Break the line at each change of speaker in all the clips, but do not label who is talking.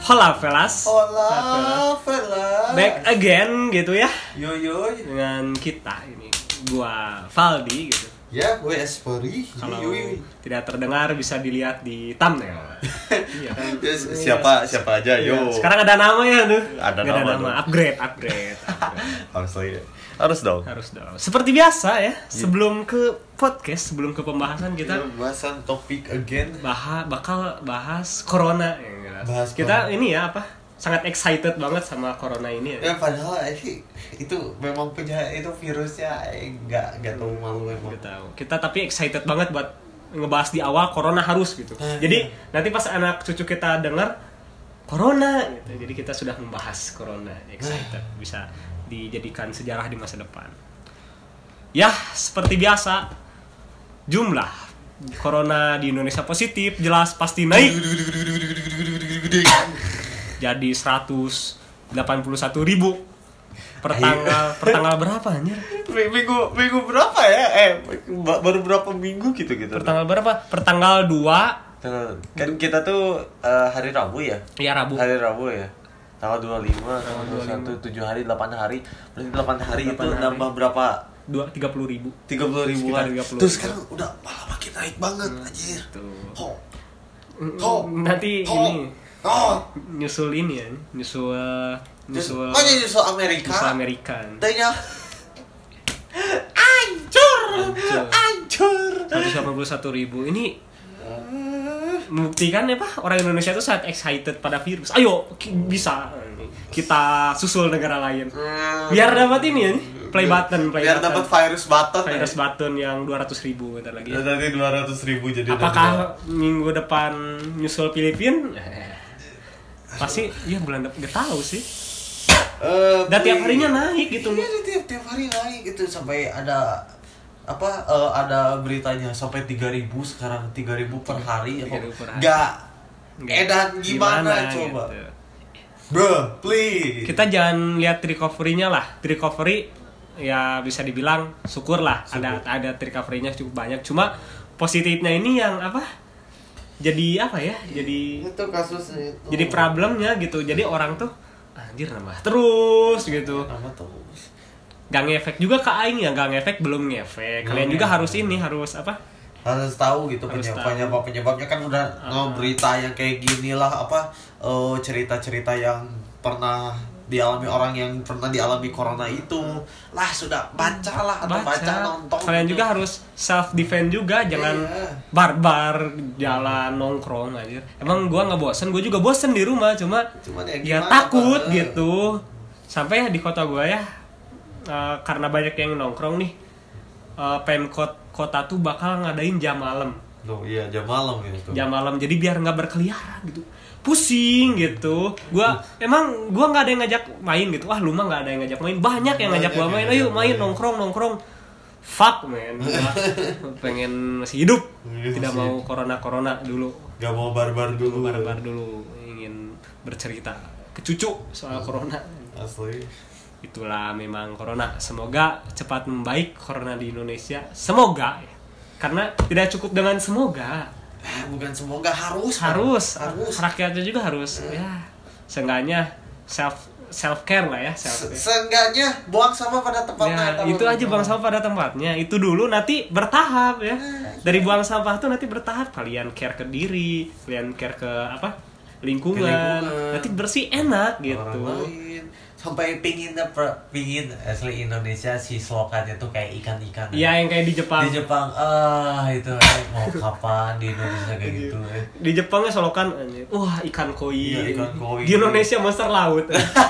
Hola Velas.
Hola Velas.
Back again gitu ya.
Yo.
Dengan kita ini. Gua Valdi gitu.
Ya, gue Espori.
Kalau tidak terdengar bisa dilihat di thumbnail. Iya kan.
Siapa aja yo.
Sekarang ada nama ya tuh.
Ada nama.
Upgrade. Harus dong. Seperti biasa ya. Sebelum ke podcast, sebelum ke pembahasan kita
bahasan topik again.
Bakal bahas corona ya. Kita ini ya apa? Sangat excited banget sama corona ini ya.
Ya padahal itu memang punya itu virusnya nggak tahu malu memang.
Nggak tahu. Kita tapi excited banget buat ngebahas di awal corona harus gitu. Jadi nanti pas anak cucu kita dengar corona gitu. Jadi kita sudah membahas corona, excited. Bisa dijadikan sejarah di masa depan. Ya, seperti biasa jumlah corona di Indonesia positif jelas pasti naik. Jadi 181.000 per tanggal berapa anjir?
Minggu berapa ya? Baru berapa minggu gitu.
Per tanggal berapa? Per tanggal 2.
Kan kita tuh hari Rabu ya?
Iya, Rabu.
Hari Rabu ya. Tanggal 25, tanggal 21, 7 hari, 8 hari. Berarti 8 hari itu nambah berapa?
30.000.
30.000. Terus sekarang udah malah makin naik banget anjir.
Nanti ini nyusul ini ya, nyusul
Amerika.
Nyusul Amerika.
Tanya Ancur
181.000 ini membuktikan ya Pak, orang Indonesia itu sangat excited pada virus. Ayo bisa kita susul negara lain. Biar dapat ini ya, play button.
Biar dapat virus
button yang 200.000 bentar lagi.
Nanti 200.000 jadi.
Apakah minggu depan nyusul Filipina? Pasti ya bulan depan nggak tahu sih. Dan tiap harinya naik gitu.
Iya, tiap hari naik gitu sampai ada ada beritanya sampai 3.000 sekarang 3.000 per hari. Nggak edan gimana coba. Gitu. Bro, please.
Kita jangan lihat recovery-nya lah. Recovery ya bisa dibilang syukur lah. Ada recovery-nya cukup banyak. Cuma positifnya ini yang apa? Jadi apa ya? Jadi
itu kasusnya itu.
Jadi problemnya gitu. Jadi orang tuh anjir nambah terus gitu.
Nambah terus.
Gak ngefek juga ke aing ya, gak ngefek belum ngefek. Kalian juga harus apa?
Harus tahu gitu penyebabnya kan udah berita yang kayak gini lah cerita-cerita yang pernah dialami orang yang pernah dialami corona itu lah sudah baca nonton.
Kalian juga harus self defense juga, jangan barbar jalan nongkrong aja. Emang gua nggak bosen, gua juga bosen di rumah cuma ya takut gitu. Sampai di kota gua ya karena banyak yang nongkrong nih, Pemkot kota tuh bakal ngadain jam malam.
Loh iya, jam malam gitu.
Jam malam jadi biar nggak berkeliaran gitu. Pusing gitu. Gua nggak ada yang ngajak main gitu. Wah, lu mah nggak ada yang ngajak main. Banyak yang ngajak gua main. Ayo main nongkrong. Fuck man. Gua pengen masih hidup. Tidak mau corona dulu.
Gak mau barbar dulu.
Ingin bercerita ke cucu soal corona.
Asli.
Itulah memang corona. Semoga cepat membaik corona di Indonesia. Semoga. Karena tidak cukup dengan semoga.
Bukan semoga, harus.
Rakyatnya juga harus ya. Seenggaknya self care lah ya.
Seenggaknya buang sampah pada tempatnya.
Ya, itu aja buang sampah pada tempatnya. Itu dulu nanti bertahap ya. Dari buang sampah tuh nanti bertahap. Kalian care ke diri, kalian care ke lingkungan. Nanti bersih enak gitu.
Sampai pingin asli Indonesia si slogannya tuh kayak ikan-ikan.
Iya, yang kayak di Jepang.
Itu mau kapan di Indonesia kayak gitu.
Di Jepangnya slogan wah ikan koi.
Iya, ikan koi.
Di Indonesia monster laut.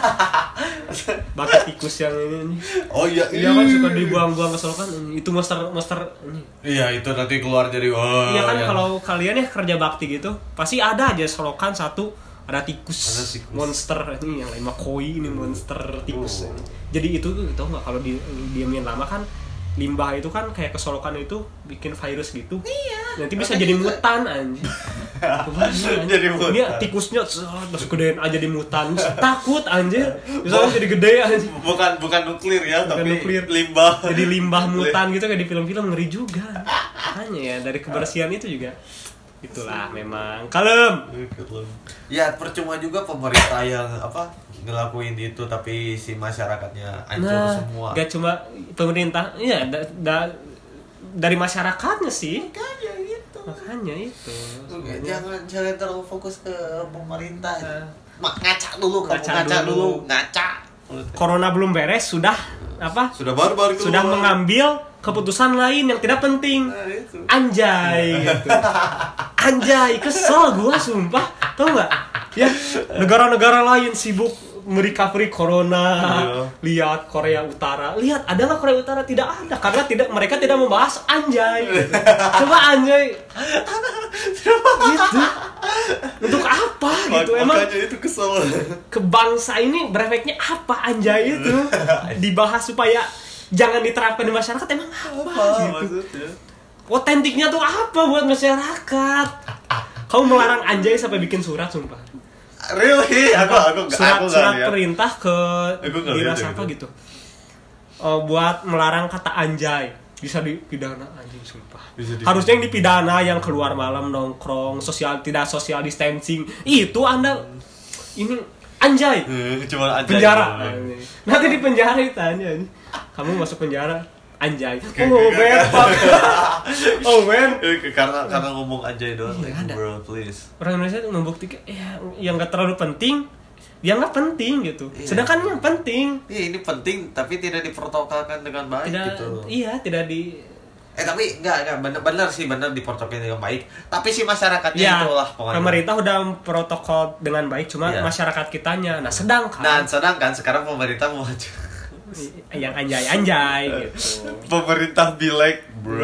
Bakat tikus yang ini.
Oh iya.
Iya kan suka dibuang-buang ke slogan. Itu monster ini.
Iya, itu nanti keluar jadi
iya kan kalau kalian ya kerja bakti gitu, pasti ada aja slogan satu. Ada tikus monster ini yang lain mah koi, ini monster tikus. Jadi itu tau nggak kalau diamin lama kan limbah itu kan kayak kesolokan itu bikin virus gitu. Iya. Nanti bisa jadi mutan anjir.
Jadi mutan.
Ini tikusnya terus gedein aja di mutan. Takut anjir. Misalnya jadi gede anjir.
Bukan nuklir ya,
bukan
tapi
nuklir.
Limbah.
Jadi limbah mutan gitu kayak di film-film ngeri juga. Makanya ya dari kebersihan itu juga itulah memang kalem.
Ya percuma juga pemerintah yang ngelakuin itu tapi si masyarakatnya hancur semua.
Gak cuma pemerintah, iya dari masyarakatnya sih. Makanya itu.
Jangan terlalu fokus ke pemerintah. Ngaca dulu kamu, ngaca.
Corona belum beres sudah
Sudah barbar keluar.
Sudah mengambil keputusan lain yang tidak penting. Anjay gitu. Anjay, kesel gua sumpah. Tahu enggak? Ya, negara-negara lain sibuk merecovery corona. Lihat Korea Utara. Lihat ada nggak Korea Utara? Tidak ada karena mereka tidak membahas anjay. Gitu. Coba anjay. Gitu. Untuk apa gitu? Emang
itu kesel.
Ke bangsa ini berefeknya apa anjay itu? Dibahas supaya jangan diterapkan di masyarakat emang apa gitu? Maksudnya? Otentiknya tuh apa buat masyarakat? Kamu melarang anjay sampai bikin surat sumpah.
Really? Aku
surat perintah ke dinas apa gitu. Buat melarang kata anjay bisa dipidana anjing sumpah. Harusnya yang dipidana yang keluar malam nongkrong tidak social distancing. Itu Anda ini anjay.
Cuma anjay.
Penjara. Nanti di penjara ditanya. Kamu masuk penjara anjay. Oh man.
Karena ngomong anjay doang. Bro, please.
Orang Indonesia tuh membuktikan yang enggak terlalu penting dia nggak penting gitu. Sedangkan yang penting.
Iya, ini penting tapi tidak diprotokolkan dengan baik gitu.
Iya, tidak di
tapi enggak benar diprotokolkan dengan baik. Tapi si masyarakatnya itulah pokoknya.
Pemerintah udah protokol dengan baik, cuma masyarakat kitanya. Nah, sedangkan
sekarang pemerintah mau
yang anjay gitu.
Pemerintah be like, bro.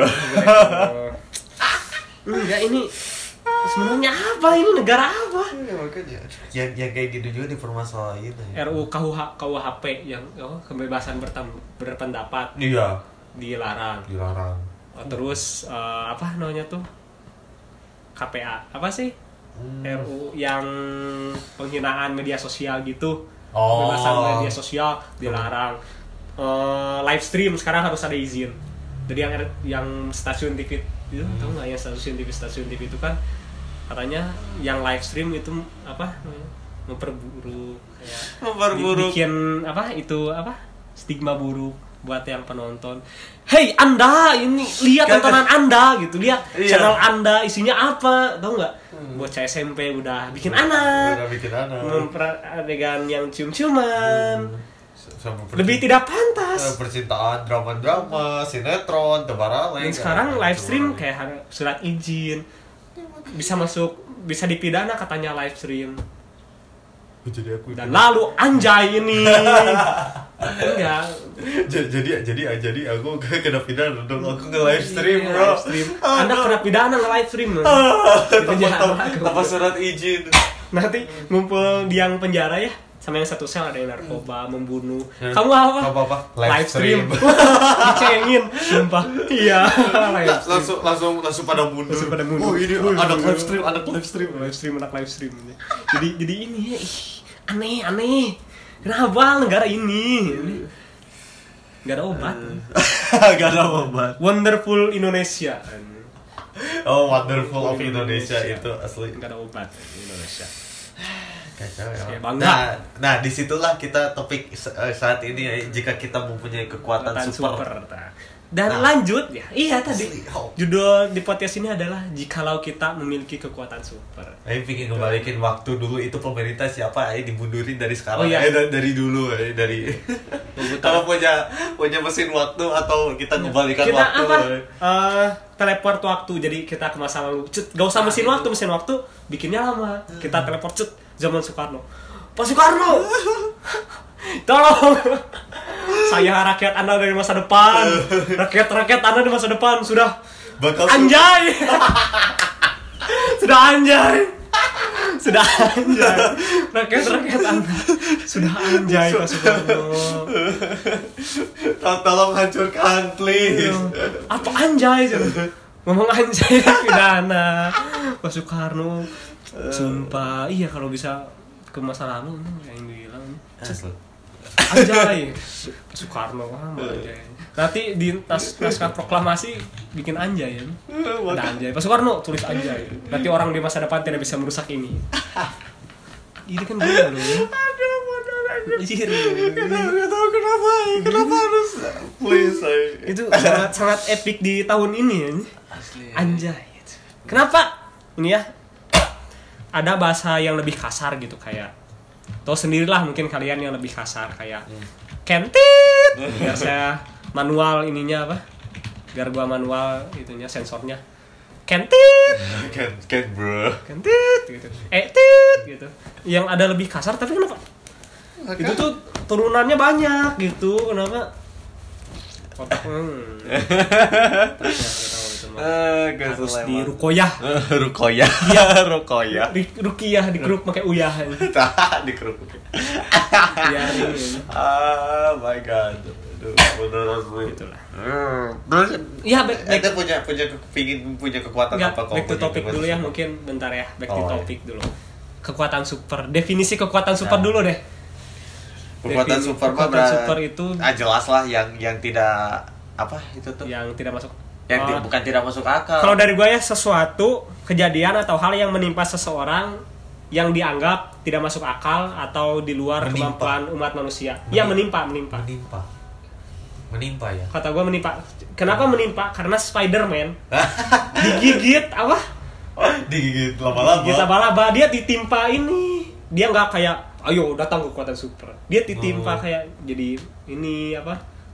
Enggak ini sebenarnya apa ini negara apa?
Makanya yang kayak gitu juga dipermasalahin.
RUU KUHP yang kebebasan berpendapat.
Iya.
Dilarang. Terus apa namanya tuh? KPA. Apa sih? RUU yang penghinaan media sosial gitu. Kebebasan media sosial dilarang. Live stream sekarang harus ada izin. Jadi yang stasiun TV itu tahu nggak ya stasiun TV itu kan katanya yang live stream itu memperburuk bikin stigma buruk buat yang penonton. Hey Anda ini lihat tontonan Anda gitu, lihat channel Anda isinya apa, tahu nggak? Bocah SMP udah bikin anak, adegan yang cium-ciuman. Lebih tidak pantas.
Percintaan, drama, sinetron, tebaraleng.
Dan sekarang live stream kayak surat izin. Bisa dipidana katanya live stream. Dan lalu anjay ini. Enggak.
Jadi aku kena pidana dong. Aku nge-live stream, bro.
Anda kena pidana nge-live stream.
Tanpa surat izin.
Nanti ngumpul di yang penjara ya. Sama yang satu sel ada yang narkoba, membunuh. Kamu apa? Live stream. Dicengin, sumpah. Iya.
Langsung pada mundur. Oh ini anak live stream.
Jadi ini ya, aneh. Kenapa negara ini? Gak ada obat. Wonderful Indonesia.
Oh, Wonderful of Indonesia itu asli.
Gak ada obat di Indonesia.
Kacau ya. Nah, disitulah kita topik saat ini ya, jika kita mempunyai kekuatan super.
Dan lanjut ya, tadi judul di podcast ini adalah jikalau kita memiliki kekuatan super.
Saya ingin kembalikan waktu dulu itu pemerintah siapa dimundurin dari sekarang dari dulu dari kalau punya mesin waktu atau kita kembalikan waktu.
Teleport waktu, jadi kita ke masa lalu. Gak usah mesin waktu bikinnya lama. Kita teleport zaman Soekarno. Pak Soekarno, tolong. Saya rakyat Anda dari masa depan. Rakyat Anda di masa depan sudah anjay. Sudah anjay. Rakyat Anda sudah anjay, Pak Soekarno.
Tolong hancurkan, please.
Apa anjay? Ngomong anjay pidana. Pak Soekarno. Sumpah, kalau bisa ke masa lalu yang bilang. anjay. Soekarno anjay. Nanti di naskah proklamasi bikin anjay ya. Ada anjay. Pak Soekarno tulis anjay. Nanti orang di masa depan tidak bisa merusak ini. Ini kan gue loh.
Aduh, bodoh aja.
Anjir.
Gak tahu kenapa harus please.
Itu sangat epic di tahun ini ya.
Asli.
Anjay. Kenapa? Ini ya. Ada bahasa yang lebih kasar gitu kayak. Tahu sendirilah mungkin kalian yang lebih kasar kayak kentit. Biar saya manual ininya apa? Biar gua manual itunya sensornya. Kentit.
Ken bro.
Kentit gitu. Tit gitu. Yang ada lebih kasar tapi kenapa? Itu tuh turunannya banyak gitu. Kenapa? Otak harus di rukoyah.
Rukoyah.
Iya,
rukoyah.
Rukiah di grup pakai uyah.
Di grup.
Iya,
oh my god. Aduh, bener asli.
Itulah.
Terus
Iya,
kita punya kekuatan
enggak,
apa kalau
back to topic dulu ya mungkin bentar ya. Back to topic dulu. Kekuatan super. Definisi kekuatan super dulu deh.
Kekuatan super
itu
jelas lah yang tidak apa itu tuh.
Yang tidak masuk
bukan tidak masuk akal.
Kalau dari gue ya sesuatu kejadian atau hal yang menimpa seseorang yang dianggap tidak masuk akal atau di luar kemampuan umat manusia. Iya menimpa.
Menimpa ya.
Kata gue menimpa. Kenapa menimpa? Karena Spider-Man digigit apa?
Digigit laba-laba.
Digigit laba-laba. Dia ditimpa ini. Dia nggak kayak ayo datang kekuatan super. Dia ditimpa kayak jadi ini apa?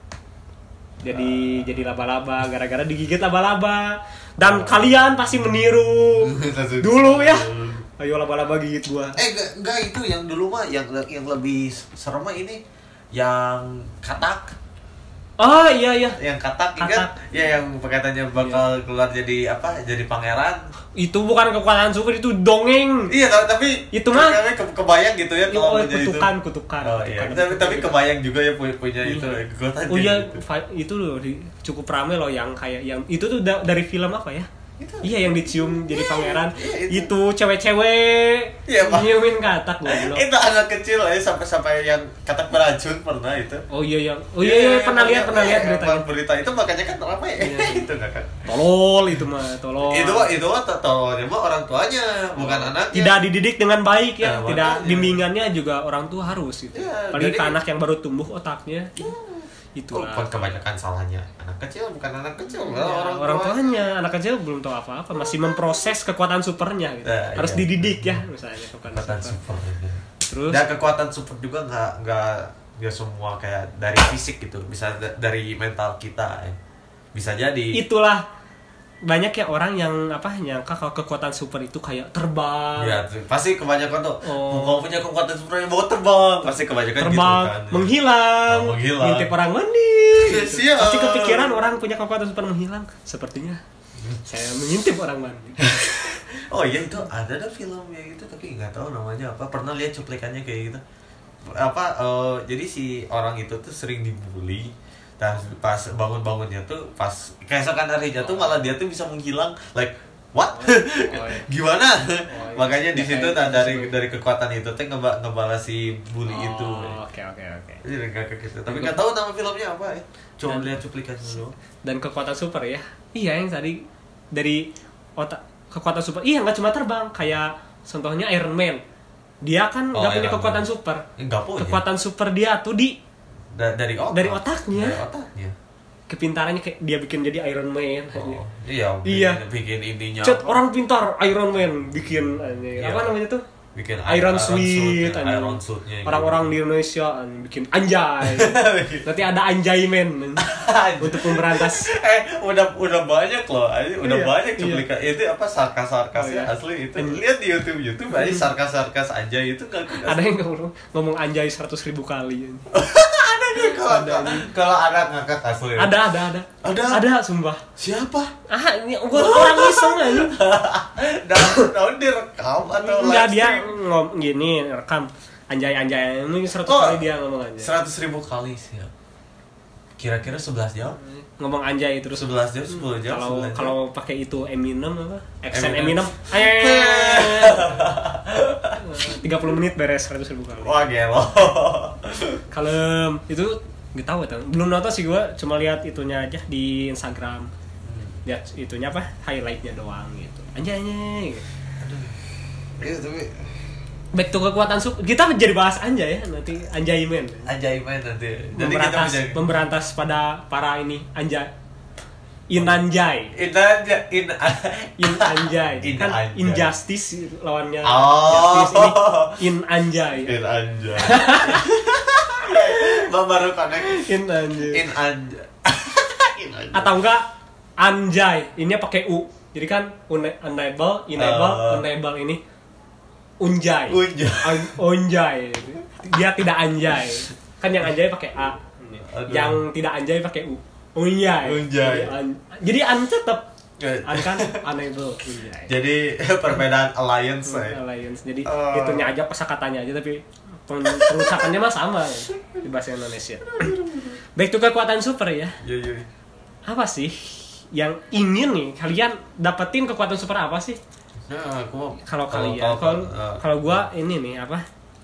Jadi laba-laba gara-gara digigit laba-laba. Dan kalian pasti meniru dulu ya. Ayo laba-laba gigit gua.
Enggak itu yang dulu mah yang lebih serem mah ini yang katak.
Oh iya.
Yang katak. Ingat? Ya yang katanya bakal keluar jadi apa? Jadi pangeran.
Itu bukan kekuatan super, itu dongeng.
Iya, tapi
itu mah
kebayang gitu ya kalau punya
kutukan.
Oh iya, tapi kebayang juga ya punya itu kekuatan.
Oh iya, itu loh cukup rame loh yang kayak yang itu tuh dari film apa ya? Iya yang dicium jadi pangeran. Itu cewek-cewek nyiumin katak goblok.
Itu anak kecil sampai yang katak beracun pernah itu.
Oh iya pernah lihat
berita itu makanya kan apa ya? Itu kan.
Tolol itu mah, tolol.
Itu tololnya mah orang tuanya, bukan anaknya.
Tidak dididik dengan baik ya. Tidak bimbingannya juga orang tua harus gitu. Apalagi ke anak yang baru tumbuh otaknya. Itulah.
Kebanyakan salahnya anak kecil, bukan anak kecil,
orang tuanya. Anak kecil belum tahu apa-apa, masih memproses kekuatan supernya gitu. Harus dididik ya misalnya kekuatan super. Terus
dan kekuatan super juga nggak semua kayak dari fisik gitu, bisa dari mental kita ya. Bisa jadi. Itulah
banyak ya orang yang nyangka kalau kekuatan super itu kayak terbang.
Iya, pasti kebanyakan tuh. Kalau punya kekuatan super yang bawa terbang, pasti kebanyakan
terbang,
gitu kan.
Menghilang. Ngintip orang mandi.
Gitu.
Pasti kepikiran orang punya kekuatan super menghilang. Sepertinya saya mengintip orang mandi.
Oh iya itu ada film ya gitu tapi nggak tahu namanya apa. Pernah lihat cuplikannya kayak gitu. Jadi si orang itu tuh sering dibully. Dan pas bangun-bangunnya tuh pas keesokan harinya tuh malah dia tuh bisa menghilang like what? Gimana? Makanya di situ dari kekuatan itu tuh ngebalas si bully itu.
Oke.
Jadi enggak gitu. Tapi enggak tahu nama filmnya apa ya. Cuma lihat cuplikannya dulu.
Dan kekuatan super ya. Iya yang tadi dari otak kekuatan super. Iya enggak cuma terbang kayak contohnya Iron Man. Dia kan enggak punya kekuatan super.
Enggak punya.
Kekuatan super dia tuh dari otaknya. Kepintarannya kayak dia bikin jadi Iron Man.
Iya. Bikin ininya.
Orang pintar Iron Man bikin apa namanya tuh?
Bikin
Iron Suit.
Iron Suitnya.
Orang-orang di Indonesia bikin anjay. Nanti ada Anjay Man untuk memberantas.
Udah banyak loh. Udah banyak cuplikan. Itu apa sarkas-sarkasnya asli itu. Lihat di YouTube aja sarkas-sarkas anjay itu enggak.
Ada yang ngomong anjay 100.000 kali.
Kalau anak ngakak asli.
Ada sumpah.
Siapa?
Ini orang iseng aja.
Daun direkam atau
enggak dia gini rekam anjay ini 100 kali dia ngomong anjay.
100.000 kali sih. Kira-kira 11 jam.
Ngomong anjay terus
11 jam 10 jam.
Kalau pakai itu Eminem apa? Accent Eminem. 30 menit beres 100.000 kali.
Wah, gelo.
Kalem itu nggak tahu ya, belum nonton sih gue, cuma lihat itunya aja di Instagram, lihat itunya apa highlightnya doang gitu. Anjay.
Aduh. Iya tapi
back to kekuatan kita jadi bahas anjay ya nanti, anjay men.
Anjay men nanti. Jadi kita
memberantas pada para ini anjay. Inanjay. Inanjay. Kan injustice lawannya justice, ini inanjay.
Inanjay. Baru connect.
Inanjay. Atau enggak anjay, ini pakai u. Jadi kan enable ini unjay. Unjay. Dia tidak anjay. Kan yang anjay pakai a. Yang tidak anjay pakai u. Unjay. Jadi tetap kan unable. Unjay.
Jadi perbedaan alliance.
Alliance. Jadi itunya aja, kosakatanya aja, tapi pengucapannya mah sama ya, di bahasa Indonesia. Baik, itu kekuatan super ya.
Iya.
Apa sih yang ingin nih kalian dapetin? Kekuatan super apa sih?
Nah,
kalau gua ini nih apa?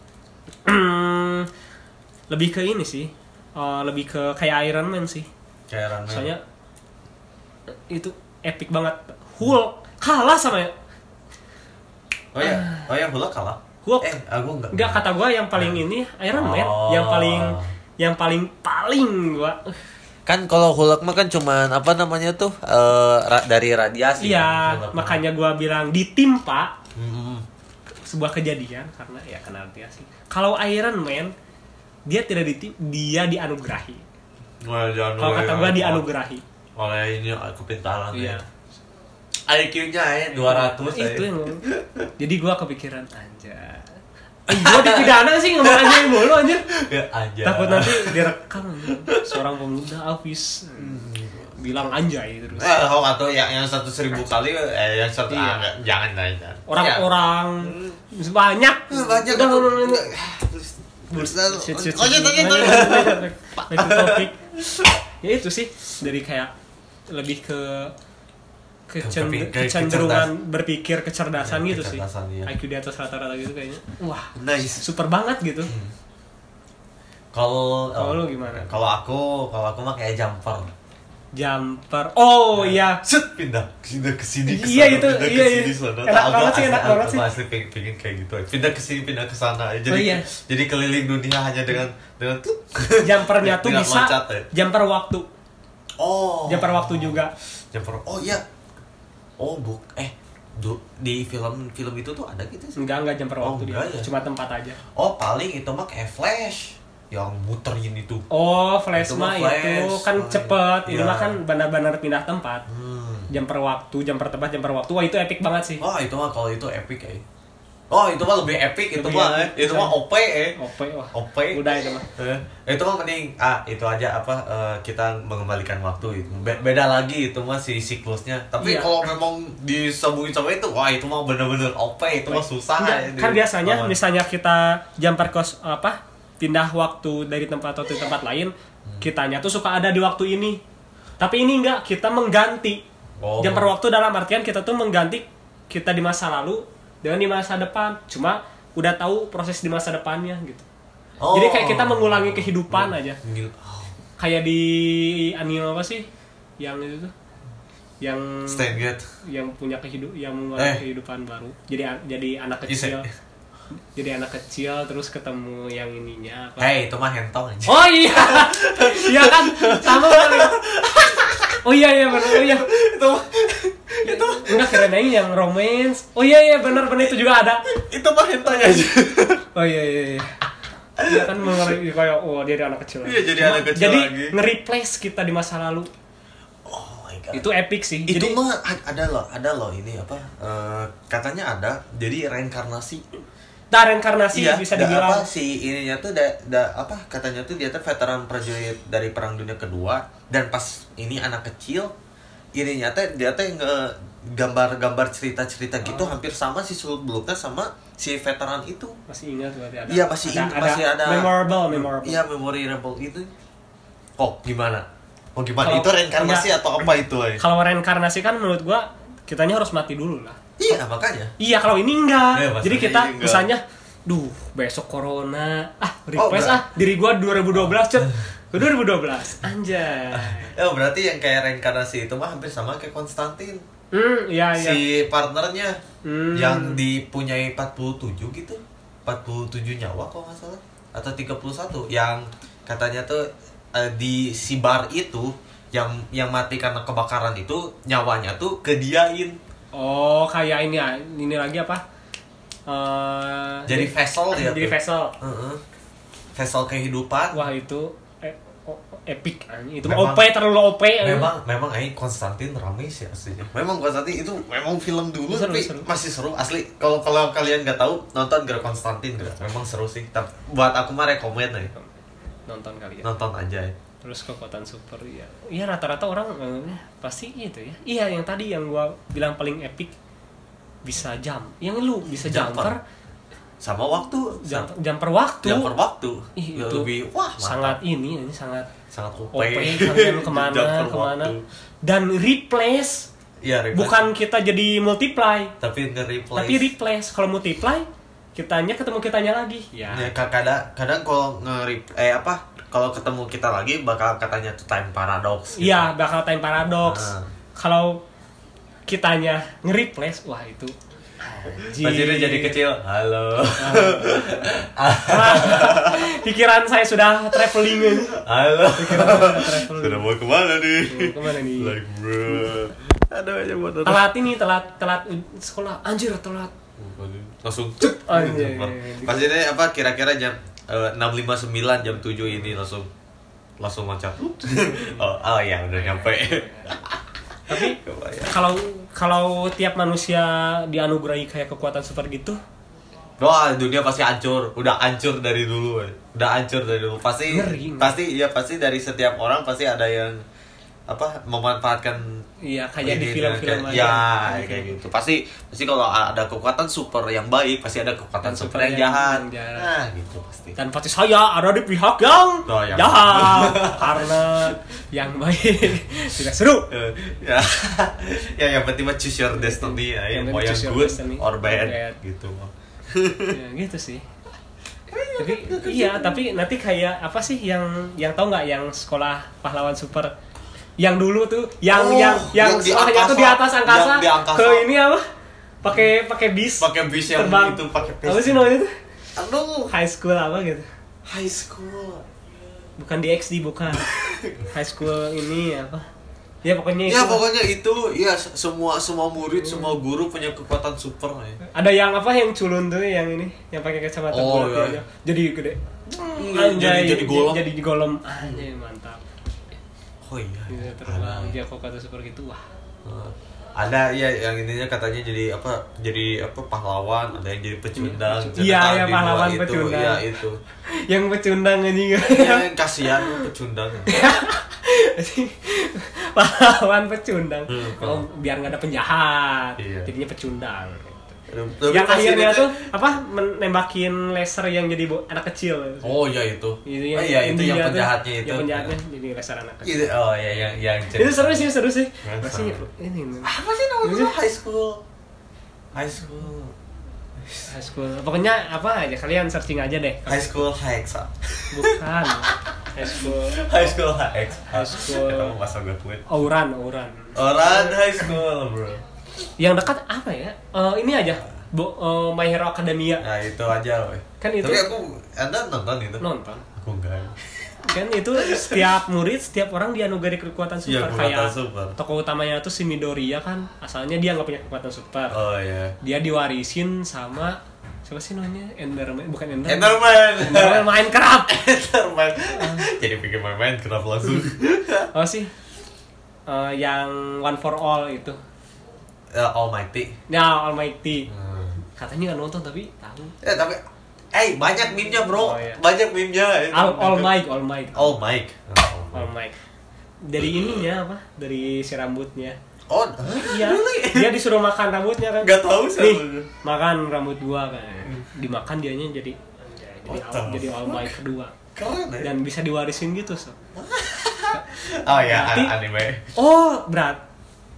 Lebih ke ini sih. Lebih ke kayak Iron Man sih. Soalnya itu epic banget. Hulk kalah sama
Oh ya Hulk kalah.
Hulk
aku
enggak, kata gua yang paling ini Iron Man, yang paling gua.
Kan kalau Hulk mah kan cuman apa namanya tuh dari radiasi.
Iya, kan, makanya gua bilang ditimpa sebuah kejadian karena ya kena radiasi. Kalau Iron Man dia tidak dia dianugerahi. Kalau kata gua dianugerahi
oleh ini kepintaran.
Iya.
IQ-nya 200
itu yang jadi gua kepikiran anjay. Gua dipidana sih ngomong anjay mulu anjir.
Ya anjay.
Takut nanti direkam seorang pemuda Alvis bilang anjay terus.
Atau yang 100.000 kali yang 100 jangan.
Orang-orang banyak udah topik. Ya itu sih, dari kayak lebih ke kecenderungan berpikir, kecerdasan gitu sih.
Iya.
IQ di atas rata-rata gitu kayaknya. Wah,
nice.
Super banget gitu.
Kalau
lu gimana?
Kalau aku mah kayak jumper.
Oh iya.
Set pindah ke sini ke sana.
Iya itu. Iya. Enak banget sih.
Asli pengen kayak gitu. Pindah ke sini, pindah ke sana. Jadi keliling dunia hanya dengan tuh.
Jumpernya tuh bisa loncat, ya? Jumper waktu. Jumper waktu juga.
Oh iya. Di film itu tuh ada gitu sih.
Enggak jumper waktu dia. Ya? Cuma tempat aja.
Paling itu mah kayak Flash yang muterin itu.
Flash mah itu kan cepet. Ini mah kan benar-benar pindah tempat. Jumper waktu, jumper tempat, jumper waktu. Wah, itu epic banget sih.
Itu mah kalau itu epic ya. Itu mah lebih epic, itu mah OP OP.
Udah itu mah.
Itu mah mending itu aja kita mengembalikan waktu itu. Beda lagi itu mah si siklusnya. Tapi kalau memang disambungin sama itu mah bener-bener OP, itu mah susah.
Kan biasanya misalnya kita jumper pindah waktu dari tempat atau tempat lain, kitanya tuh suka ada di waktu ini. Tapi ini enggak, kita mengganti. Jumper waktu dalam artian kita tuh mengganti kita di masa lalu dengan di masa depan. Cuma udah tahu proses di masa depannya gitu. Jadi kayak kita mengulangi kehidupan aja. Kayak di anime apa sih? Yang itu tuh. Yang
Steingate.
Yang punya yang mengulangi kehidupan baru. Jadi anak kecil. Jadi anak kecil terus ketemu yang ininya apa?
Itu mah hentong aja.
Oh iya. Iya kan? Sama kali. Oh iya benar. Oh iya. Itu enggak keren aja yang romance. Oh iya benar itu juga ada.
Itu mah hentai aja.
Oh iya. Dia kan mengerti kayak dia dari anak kecil.
Iya, jadi anak kecil
jadi
lagi.
Jadi nge-replace kita di masa lalu.
Oh my god.
Itu epic sih.
Itu jadi, mah ada loh ini apa? Katanya ada. Jadi reinkarnasi.
Reinkarnasi bisa dibilang.
Ininya tuh katanya tuh dia tuh veteran prajurit dari Perang Dunia Kedua, dan pas ini anak kecil ininya tuh dia tuh gambar cerita-cerita gitu hampir sama si suluk beluknya sama si veteran itu.
Masih ingat berarti ada.
Iya, masih ada
memorable.
Iya, memorable itu. Gimana? Itu reinkarnasi atau apa itu?
Kalau reinkarnasi kan menurut gua kitanya harus mati dulu lah.
Iya, makanya.
Iya, kalau ini enggak. Jadi kita misalnya duh besok corona request diri gua 2012 cet ke 2012 anjay.
Berarti yang kayak reinkarnasi itu mah hampir sama kayak Konstantin.
Iya.
Si partnernya yang dipunyai 47 gitu. 47 nyawa kalau nggak salah atau 31 yang katanya tuh di si bar itu yang mati karena kebakaran itu nyawanya tuh kediain.
Oh, kayak ini lagi apa?
Jadi vessel dia.
Jadi vessel.
Vessel kehidupan.
Wah, itu epic. Itu memang, OP terlalu OP.
Memang Konstantin ramai sih aslinya. Memang Konstantin itu memang film dulu seru, tapi seru. Masih seru asli. Kalau kalian nggak tahu nonton gara Konstantin gara. Memang seru sih. Tapi buat aku mah rekomend nih.
Nonton kali ya.
Nonton aja ya.
Terus kekuatan super ya. Iya rata-rata orang pasti itu ya. Iya yang tadi yang gua bilang paling epic bisa jam. Yang lu bisa jumper
sama waktu.
Jam per waktu.
Itu lebih
sangat sangat
OP.
Lu kemana. Dan replace.
Iya, replace. Bukan
kita jadi multiply,
tapi nge-replace.
Tapi replace. Kalau multiply ketemu kitanya lagi. Ya.
Kadang kalau kalau ketemu kita lagi bakal katanya tuh time paradox.
Iya, gitu. Bakal time paradox. Kalau kitanya nge-replace, wah itu
pasti dia jadi kecil. Halo.
Pikiran saya sudah traveling.
Halo. Sudah mau kemana nih? Like bro. Aduh aja buat
telat sekolah. Anjir telat.
Langsung cep. Pasti deh kira-kira jam 6.59 jam 7 ini langsung loncat. Oh ya udah nyampe.
Tapi kalau tiap manusia dianugerahi kayak kekuatan super gitu,
wah dunia pasti hancur. Udah hancur dari dulu. Pasti
ngeri.
Pasti dari setiap orang pasti ada yang memanfaatkan.
Iya, kayak di film-film aja.
Ya, kayak gitu. Pasti kalau ada kekuatan super yang baik, pasti ada kekuatan super yang jahat. Nah, gitu pasti.
Dan pasti saya ada di pihak yang jahat. Karena yang baik tidak seru.
Ya, yang penting choose your destiny. Mau yang good or bad gitu.
Ya, gitu sih. Tapi nanti kayak apa sih yang tahu nggak yang sekolah pahlawan super? Yang dulu tuh yang sekolahnya tuh di atas angkasa, ke ini apa pakai bis
yang
terbang.
Itu pakai bis
apa sih namanya tuh high school
high school
bukan di XD bukan high school ini apa ya pokoknya
itu ya semua murid semua guru punya kekuatan super ya.
Ada yang yang culun tuh yang ini yang pakai kacamata bulat ya. Jadi gede jadi golem anjay mantap.
Oh iya.
Terbang dia kekuatan super gitu wah.
Ada ya yang intinya katanya jadi pahlawan, ada yang jadi pecundang.
Iya pahlawan pecundang.
Iya itu.
Yang pecundang anjing.
Yang kasihan pecundang.
Pahlawan pecundang. Biar enggak ada penjahat. Iya. Jadinya pecundang. Yang akhirnya tuh menembakin laser yang jadi anak kecil.
Oh iya itu.
Itu
yang penjahatnya itu.
Yang penjahatnya jadi laser anak kecil.
Oh iya yang
itu seru sih. Masih ini.
Apa sih namanya? High school.
Pokoknya apa aja kalian searching aja deh.
High school Hexa.
Bukan. High school
Kamu masa gue tweet.
Auran high school, bro. Yang dekat apa ya? Ini aja. My Hero Academia.
Nah, itu aja loh.
Kan itu.
Tapi Anda nonton itu?
Nonton.
Aku enggak.
Kan itu setiap orang dianugerahi kekuatan super kayak tokoh utamanya tuh si Midoriya kan asalnya dia nggak punya kekuatan super.
Oh iya.
Dia diwarisin sama siapa sih namanya? Enderman.
Minecraft. Enderman. Jadi pikir main Minecraft langsung.
Oh sih. Yang One for All itu.
Almighty.
Ya Almighty. Katanya nggak nonton tapi tahu.
Ya tapi banyak meme-nya bro. Iya. Banyak meme-nya.
All Mic. Dari ininya apa? Dari si rambutnya.
Oh
iya. Dia disuruh makan rambutnya kan.
Gak tahu sih.
Makan rambut gua kan. Dimakan dianya jadi All Mic kedua.
Keren ya.
Dan bisa diwarisin gitu so.
Oh ya anime.
Oh berat.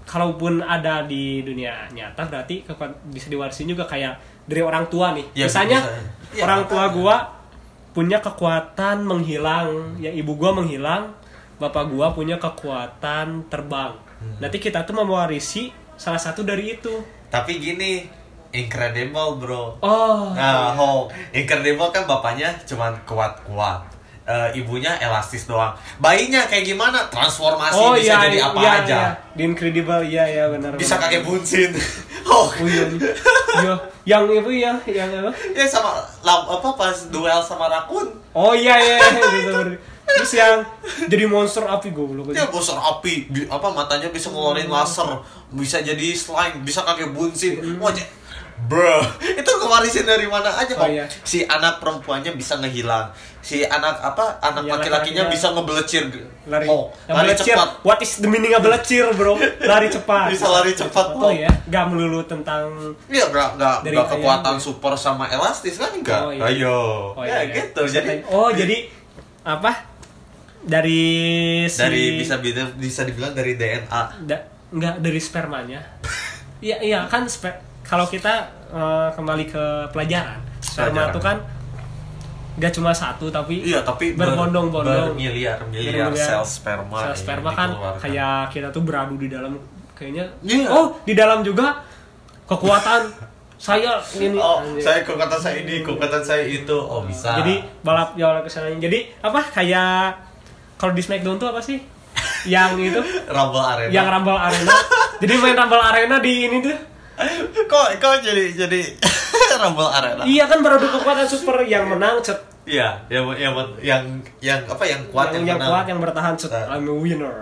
kalaupun ada di dunia nyata berarti bisa diwarisin juga kayak dari orang tua nih. Ya, misalnya ya, orang tua gua punya kekuatan menghilang, ya ibu gua menghilang, bapak gua punya kekuatan terbang. Nanti kita tuh mewarisi salah satu dari itu.
Tapi gini, incredible bro.
Oh.
Nah, incredible kan bapaknya cuman kuat-kuat. Ibunya elastis doang. Bayinya kayak gimana? Transformasi bisa jadi apa aja.
Iya. Di Incredible, iya benar.
Bisa kakek bunsin.
Iya. Yang itu ya, yang apa?
Ya sama apa pas duel sama rakun.
Oh iya gitu. Terus yang jadi monster api goblok.
Ya monster api, apa matanya bisa ngeluarin laser, bisa jadi slime, bisa kakek bunsin. Bro, itu kewarisin dari mana aja kok?
Iya.
Si anak perempuannya bisa ngehilang, si anak laki-lakinya bisa ngebelecir,
lari
cepat.
What is the meaning of belecir, bro? Lari cepat.
Bisa lari cepat.
Oh ya, nggak melulu tentang.
Iya, nggak kekuatan super sama elastis kan enggak?
Oh, iya.
Ayo,
ya
gitu.
Jadi apa? Dari
bisa dibilang dari DNA.
Enggak dari spermanya. Iya kan kalau kita kembali ke pelajaran, sperma itu kan nggak cuma satu tapi berbondong-bondong,
bermiliar sel sperma.
Sel sperma kan kayak kita tuh beradu di dalam kayaknya.
Yeah.
Oh, di dalam juga kekuatan saya ini.
Oh, kekuatan saya ini, kekuatan saya itu. Oh, bisa.
Jadi balap ke sana. Jadi apa kayak kalau di Smackdown tuh apa sih? Yang itu
Rumble Arena.
Yang Rumble Arena. Jadi main Rumble Arena di ini tuh.
Kok jadi Rumble Arena?
Iya kan beradu kekuatan super yang menang cet.
Iya, yang apa yang kuat
yang kuat yang bertahan cet. I'm a winner.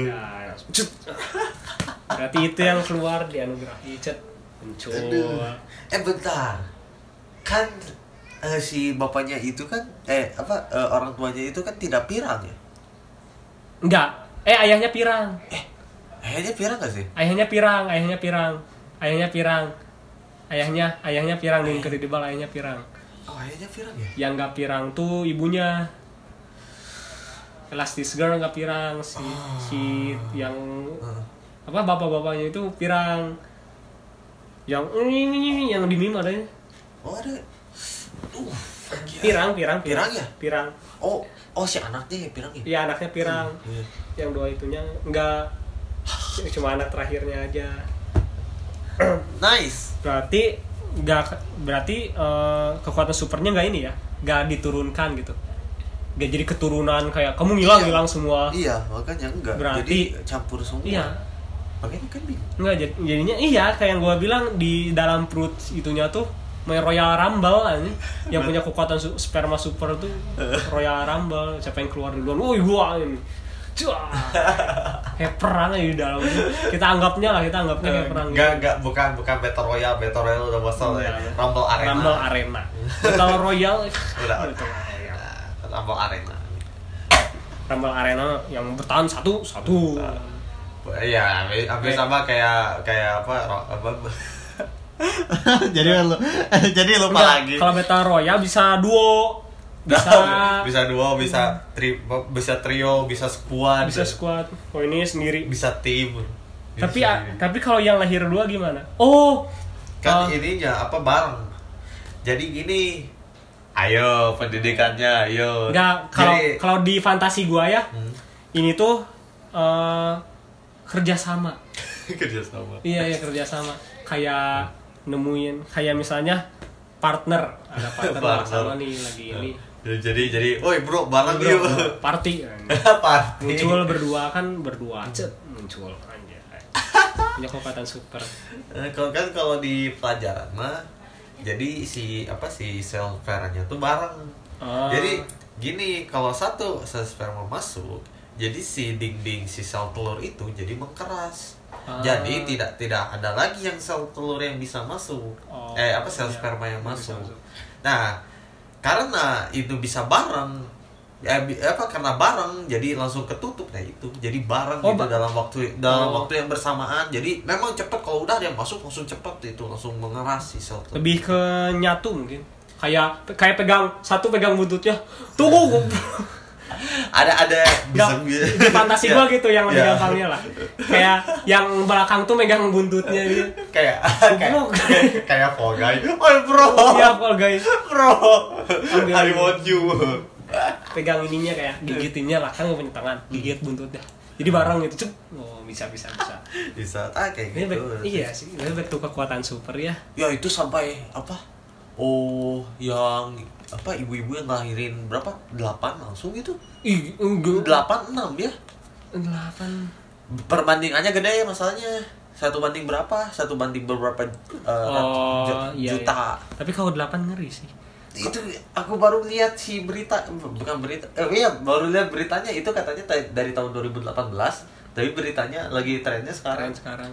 Berarti itu yang keluar dianugerahi cet. Muncul.
Bentar. Kan si bapaknya itu kan orang tuanya itu kan tidak pirang ya?
Enggak. Ayahnya pirang.
Ayahnya pirang gak sih?
Ayahnya pirang di Incredible, ayahnya pirang.
Oh, ayahnya pirang ya?
Yang nggak pirang tuh ibunya. Elastis Girl nggak pirang, si yang apa bapak-bapaknya itu pirang. Yang ini yang di meme adanya.
Oh, ada.
Pirang
ya?
Pirang.
Oh si anaknya ya pirang ya?
Iya, anaknya pirang. Yang dua itunya enggak. Cuma anak terakhirnya aja.
Nice.
Berarti kekuatan supernya nggak ini ya, nggak diturunkan gitu, nggak jadi keturunan kayak kamu hilang semua.
Iya, makanya enggak.
Berarti
jadi campur semua.
Iya.
Makanya kan bingung.
Enggak jadinya iya kayak yang gua bilang di dalam perut itunya tuh main Royal Rumble aja. Yang punya kekuatan sperma super tuh Royal Rumble, siapa yang keluar duluan? Woi gua ini. Kayak perang aja di dalam. Kita anggapnya kayak perang.
Enggak, bukan Battle Royale udah bosol ya. Rumble Arena.
Battle Royale.
Udah. Rumble
Arena yang bertahan satu.
Iya, hampir sama kayak apa jadi lupa lagi.
Kalau Battle Royale bisa duo.
Bisa duo, bisa trio, bisa squad.
Oh, ini sendiri.
Bisa tim.
Tapi kalau yang lahir dua gimana? Oh,
kan ininya apa bareng. Jadi gini. Ayo pendidikannya, ayo.
Enggak, kalau di fantasi gua ya. Ini tuh kerjasama. Iya, kerjasama. Kayak nemuin kayak misalnya ada partner sama nih lagi ini.
Jadi, woi bro, bareng yuk.
Party. Muncul berdua muncul anjay. Punya kekuatan super.
Kalau di pelajaran mah jadi si sel spermanya tuh bareng. Jadi gini, kalau satu sel sperma masuk, jadi si dinding si sel telur itu jadi mengkeras. Jadi tidak ada lagi yang sel telur yang bisa masuk. Sel sperma yang masuk. Nah, karena itu bisa bareng, karena bareng jadi langsung ketutup. Nah itu jadi bareng gitu dalam waktu yang bersamaan. Jadi memang cepat, kalau udah dia masuk langsung cepat, itu langsung mengeras si sel telur.
Lebih ke nyatu mungkin. Kayak pegang buntutnya. Tunggu.
ada
di fantasi gua gitu yang lebih gampangnya lah. Kayak yang belakang tuh megang buntutnya gitu.
kayak Fall Guy. Oh bro.
Iya Fall Guy.
Bro. I want you.
Pegang ininya kayak gigitinnya lah, kan gak punya tangan, gigit buntutnya. Jadi bareng gitu, bisa.
Bisa, kayak
ini
gitu.
Iya sih, ini betul kekuatan super ya.
Ya itu sampai apa? Oh, yang apa ibu-ibu yang ngelahirin berapa? 8 langsung gitu.
Ih, enggak.
8 6 ya?
8.
Perbandingannya gede ya masalahnya. 1 banding berapa? 1 banding beberapa juta.
Tapi kalau 8 ngeri sih.
Itu aku baru lihat si berita, bukan berita. Iya, baru lihat beritanya itu katanya dari tahun 2018, tapi beritanya lagi trennya sekarang.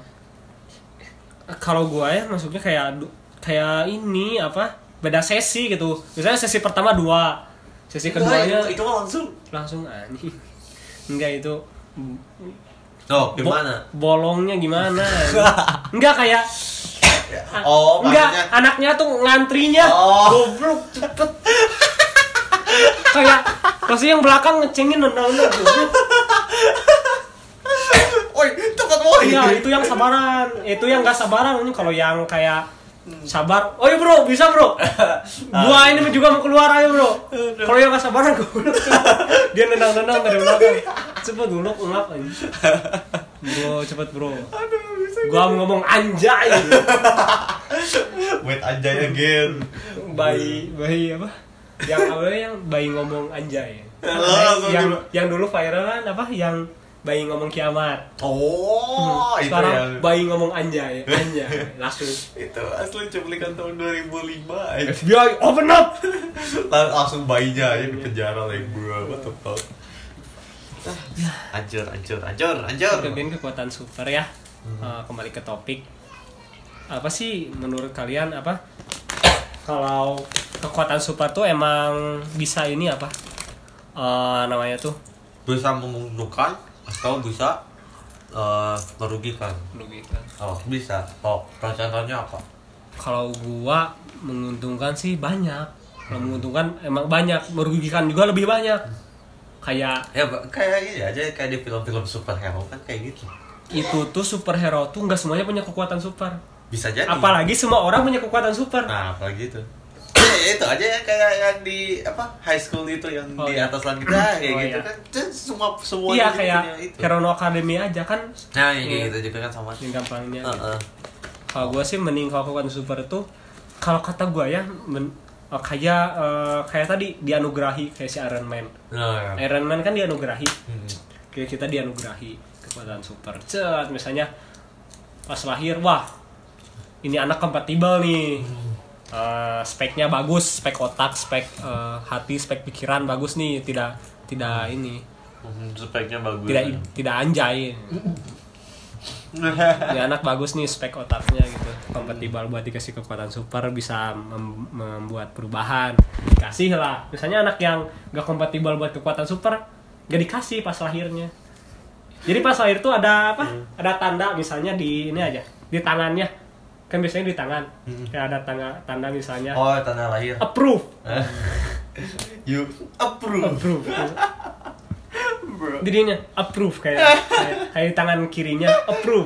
Kalau gua ya maksudnya kayak ini apa? Beda sesi gitu. Misalnya sesi pertama 2, sesi keduanya
itu
langsung anjing. Enggak itu.
Oh, gimana?
Bolongnya gimana? Enggak kayak
enggak,
maksudnya anaknya tuh ngantrinya goblok cepet. Kayak pasti yang belakang ngecengin nendang-nendang goblok.
Woi, cepet woi.
Iya, itu yang sabaran. Itu yang enggak sabaran. Ini kalau yang kayak sabar. Oh iya bro, bisa bro. Gua ini juga mau keluar aja bro. Kalau yang enggak sabaran goblok. Dia nendang-nendang dari belakang. Cepet dulu ngap aja. Bro, cepet bro. Gua mau ngomong anjay.
Wait anjay again.
Bayi apa? Yang awalnya yang bayi ngomong anjay. Yang dulu viral kan apa? Yang bayi ngomong kiamat.
Oh, itu
sekarang
yang
bayi ngomong anjay langsung.
Itu asli cuplikan tahun 2005.
FBI open up.
Langsung bayinya aja di penjara like bro, what the fuck. Hancur.
Kelebihan kekuatan super ya. Kembali ke topik. Apa sih menurut kalian apa? Kalau kekuatan super tuh emang bisa ini apa? Namanya tuh
bisa menguntungkan atau bisa merugikan. Oh, bisa. Oh, contohnya apa?
Kalau gua menguntungkan sih banyak. Kalau menguntungkan emang banyak, merugikan juga lebih banyak. Kayak
ini aja kayak di film-film superhero kan kayak gitu.
Itu tuh superhero tuh nggak semuanya punya kekuatan super.
Bisa jadi.
Apalagi semua orang punya kekuatan super.
Nah, apalagi itu. Ya itu aja ya kayak yang di high school itu yang di atas langit kayak gitu kan. Semua
iya kayak Herono Academy aja kan.
Nah, gitu juga kan sama.
Yang gampangnya. Kalau gue sih mending kalau kekuatan super itu kalau kata gue ya kayak tadi dianugerahi kayak si Iron Man. Iron Man kan dianugerahi. Kayak kita dianugerahi kekuatan super. Misalnya pas lahir, wah ini anak kompatibel nih. Speknya bagus, spek otak, spek hati, spek pikiran bagus nih, tidak ini.
Speknya bagus.
Tidak anjay. Ini anak bagus nih spek otaknya gitu, kompatibel buat dikasih kekuatan super, bisa membuat perubahan. Dikasih lah. Misalnya anak yang gak kompatibel buat kekuatan super, gak dikasih pas lahirnya. Jadi pas lahir tuh ada apa? Ada tanda misalnya di ini aja, di tangannya. Kan biasanya di tangan. Kayak ada tanda misalnya.
Oh, tanda lahir.
Approve.
You approve.
Bro. Jadinya approve kayak di tangan kirinya approve.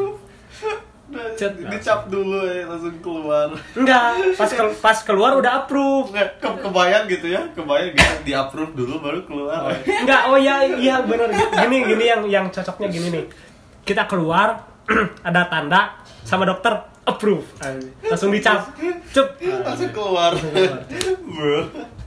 Dicap dulu ya langsung keluar.
Enggak, pas keluar udah approve.
Kebayang gitu ya, di approve dulu baru keluar.
Enggak, iya benar. Gini yang cocoknya gini nih. Kita keluar ada tanda sama dokter approve. Langsung dicap.
Langsung keluar. Bro.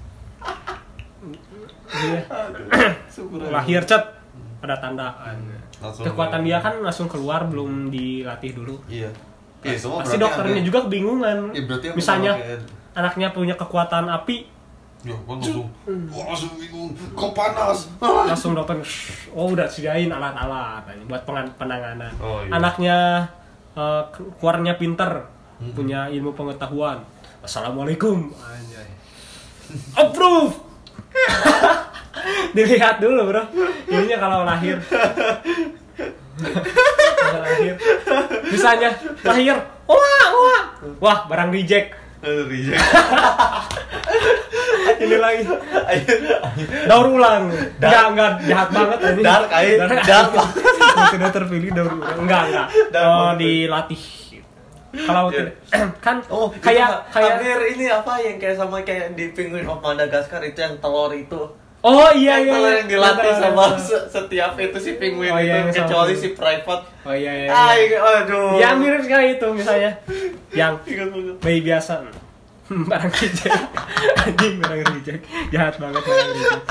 Lahir ada tanda. Kekuatan dia kan langsung keluar, belum dilatih dulu.
Iya.
Pasti dokternya juga kebingungan. Misalnya anaknya punya kekuatan api,
ya langsung bingung, kok panas.
Langsung dokter, udah sediain alat-alat buat penanganan. Anaknya keluarnya pinter, punya ilmu pengetahuan. Assalamualaikum. Approve. Dilihat dulu bro, ininya kalau lahir. Misalnya lahir, wah barang reject. Ini lagi. Daur ulang. Enggak jahat banget ini.
Dark.
Tidak terpilih daur ulang. Enggak. Dilatih. Kalau kan kayak
hampir ini apa yang kayak sama kayak di Penguin of Madagascar itu yang telur itu.
Oh iya.
Telur yang dilatih sama setiap itu si penguin itu kecuali si private.
Oh iya.
Aduh.
Ya mirip sekali itu misalnya. Yang bayi biasa. Barang reject. Anjing barang reject. Jahat banget barang reject.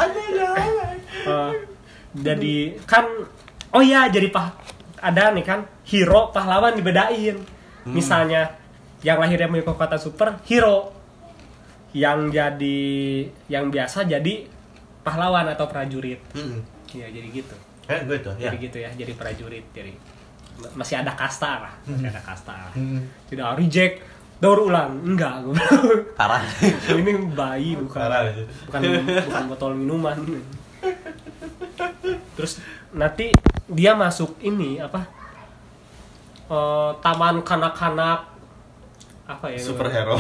Jadi kan jadi ada nih kan hero pahlawan dibedain. Misalnya yang lahirnya punya kekuatan super hero, yang biasa jadi pahlawan atau prajurit. Ya jadi gitu.
Gitu ya.
Jadi gitu ya, jadi prajurit. Jadi masih ada kasta lah, Tidak reject, daur ulang, enggak.
Parah.
Ini bayi bukan botol minuman. Terus nanti dia masuk ini apa? Taman kanak-kanak apa ya?
Superhero.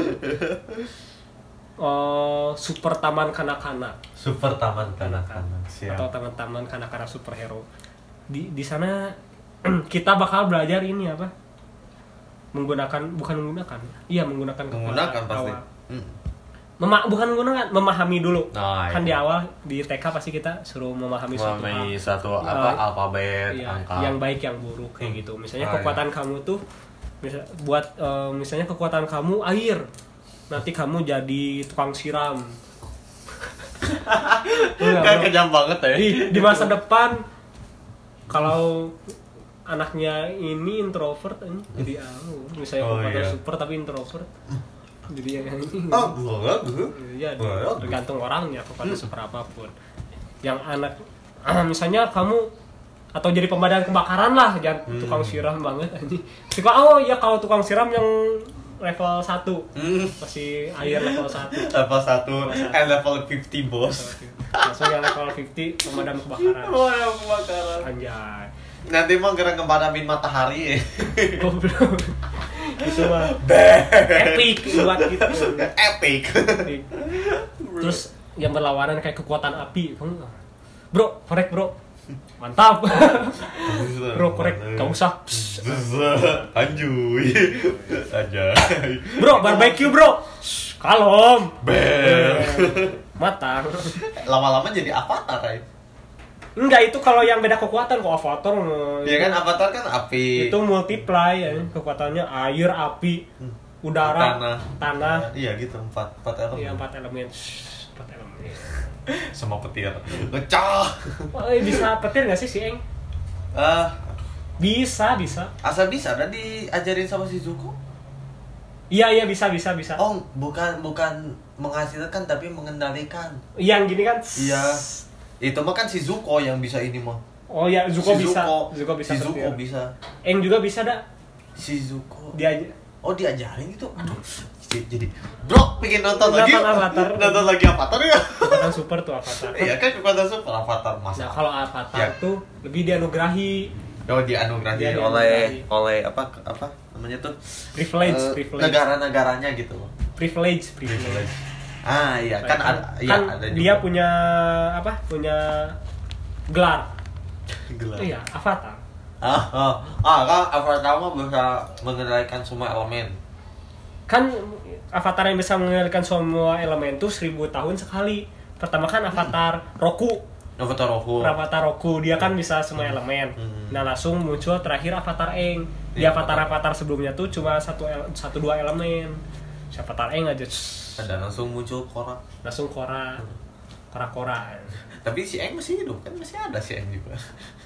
Super taman kanak-kanak.
Super taman kanak-kanak. Siap.
Atau taman-taman kanak-kanak superhero. Di sana kita bakal belajar ini apa? Menggunakan
pasti.
Memahami dulu.
Iya.
Kan di awal di TK pasti kita suruh memahami
satu alfabet, angka.
Yang baik yang buruk kayak gitu. Misalnya kekuatan kamu tuh misalnya kekuatan kamu air. Nanti kamu jadi tukang siram.
Kan kejam banget ya.
Di masa depan kalau anaknya ini introvert jadi misalnya kekuatan super tapi introvert. Jadi yang ini. Iya, tergantung orangnya kekuatan super apapun. Yang anak misalnya kamu atau jadi pemadam kebakaran lah, jangan tukang siram banget anjing. Kalau tukang siram yang level 1. Masih air level 1.
Level 1 and level 50 bos.
Langsung yang level 50 pemadam kebakaran. Anjay.
Nanti mah gerak ngebadamin matahari ya.
Goblok. Itu mah epic buat gitu.
Epic.
Terus yang berlawanan kayak kekuatan api. Bro, korek bro. Mantap. Bro, korek. Gak usah.
Anjuy. Aja.
Bro, barbecue bro. Kalem. Matang.
Lama-lama jadi avatar ya.
Enggak, itu kalau yang beda kekuatan kok Avatar.
Iya kan Avatar kan api.
Itu multiply ya, kekuatannya air, api, udara, tanah.
Iya gitu, 4 elemen.
Iya, 4 elemen. 4 elemen.
Sama petir. Ngecah.
Bisa petir enggak sih si Eng? Bisa.
Asal bisa ada diajarin sama si Zuko?
Iya, bisa.
Oh, bukan menghasilkan tapi mengendalikan.
Yang gini kan?
Iya. Itu mah kan si Zuko yang bisa ini mah.
Oh ya, Zuko bisa.
Si Zuko bisa.
Eng juga bisa dah.
Si Zuko.
Diajarin
gitu. Aduh. Jadi, bro, pengen nonton lagi. Nonton lagi Avatar ya.
Kekuatan super tuh Avatar.
Iya kan kekuatan super Avatar masa.
Nah, kalau Avatar tuh lebih dianugerahi.
Dianugerahi oleh apa namanya tuh?
Privilege.
Negara-negaranya gitu.
Privilege.
Iya kan ada
dia juga. Punya gelar. Iya, Avatar.
Kan Avatar mah bisa mengendalikan semua elemen.
Kan Avatar yang bisa mengendalikan semua elemen tuh 1000 tahun sekali. Pertama kan Avatar Roku. Avatar Roku dia kan bisa semua elemen. Nah, langsung muncul terakhir Avatar Aang. Di Avatar sebelumnya tuh cuma 1-2 elemen. Si Avatar Aang aja.
Dan langsung muncul Korra.
Korra.
Tapi si Aang masih hidup kan, masih ada si Aang juga.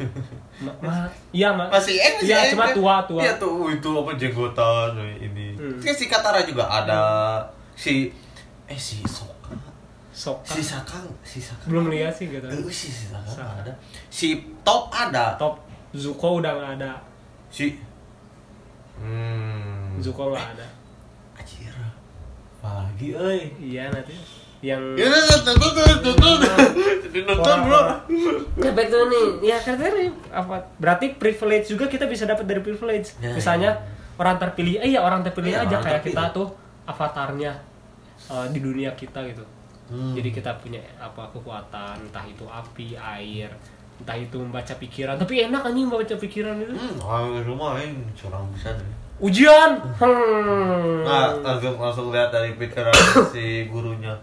Masih Aang.
Iya, cuma tua.
Iya tuh itu apa jenggotan ini. Terus si Katara juga ada. Si Sokka. Si Sakang.
Belum lihat sih gitu.
Si Sakang ada. Si Top ada.
Zuko udah nggak ada. Zuko nggak ada.
Anjir. Pagi euy.
Iya nanti yang
nonton bro.
Baik tuh nih. Ya karena apa? Berarti privilege juga kita bisa dapat dari privilege. Misalnya orang terpilih aja kayak kita tuh avatarnya di dunia kita gitu. Jadi kita punya apa kekuatan, entah itu api, air, entah itu membaca pikiran. Tapi enak anjing membaca pikiran itu.
Rumah curang bisa deh.
Ujian.
Nah, langsung lihat dari pikiran si gurunya.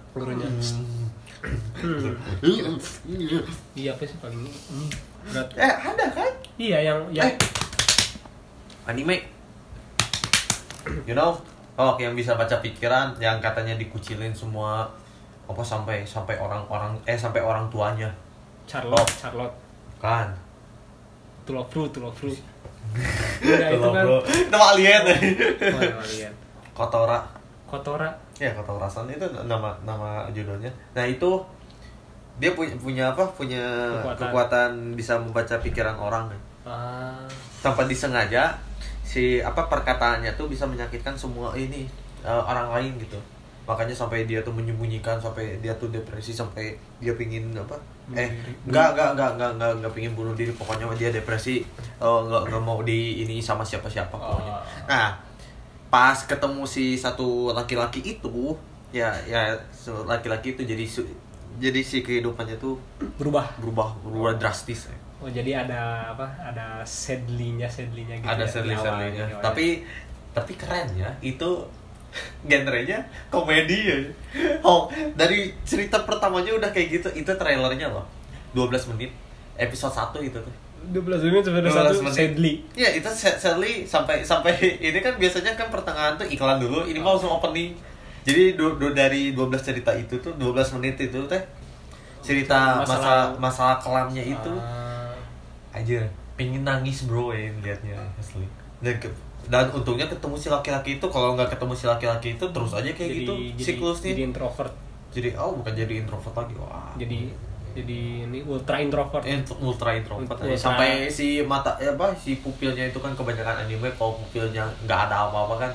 Iya apa sih paling berat?
Ada kan?
Iya yang
anime. You know, yang bisa baca pikiran, yang katanya dikucilin semua apa sampai orang tuanya.
Charlotte.
Kan.
Tulok fruit. Enggak itu kan.
Itu alien.
Alien.
Kotora. Ya, Kotora-san itu nama judulnya. Nah, itu dia punya kekuatan bisa membaca pikiran orang. Tanpa disengaja perkataannya tuh bisa menyakitkan semua orang lain gitu. Makanya sampai dia tuh menyembunyikan, sampai dia tuh depresi, sampai dia pingin enggak pingin bunuh diri, pokoknya dia depresi, enggak mau ini sama siapa pokoknya. Nah, pas ketemu si satu laki-laki itu, laki-laki itu jadi si kehidupannya tuh berubah drastis.
Oh, jadi ada sadly-nya gitu.
Ada sadly-nya. Tapi keren ya. Itu genrenya komedi ya. Dari cerita pertamanya udah kayak gitu. Itu trailernya loh. 12 menit. Episode 1 itu tuh.
12 menit sampai 1 sadly.
Iya, itu sadly sampai ini kan biasanya kan pertengahan tuh iklan dulu. Ini mau langsung opening. Jadi dari 12 cerita itu tuh 12 menit itu teh cerita masalah kelamnya itu. Anjir, pengen nangis bro liatnya asli. Dan untungnya ketemu si laki-laki itu. Kalau nggak ketemu si laki-laki itu terus aja kayak gitu siklusnya.
Jadi introvert.
Bukan jadi introvert lagi. Wah.
Jadi ini ultra introvert.
Sampai si si pupilnya itu kan kebanyakan anime kalau pupilnya nggak ada apa-apa kan.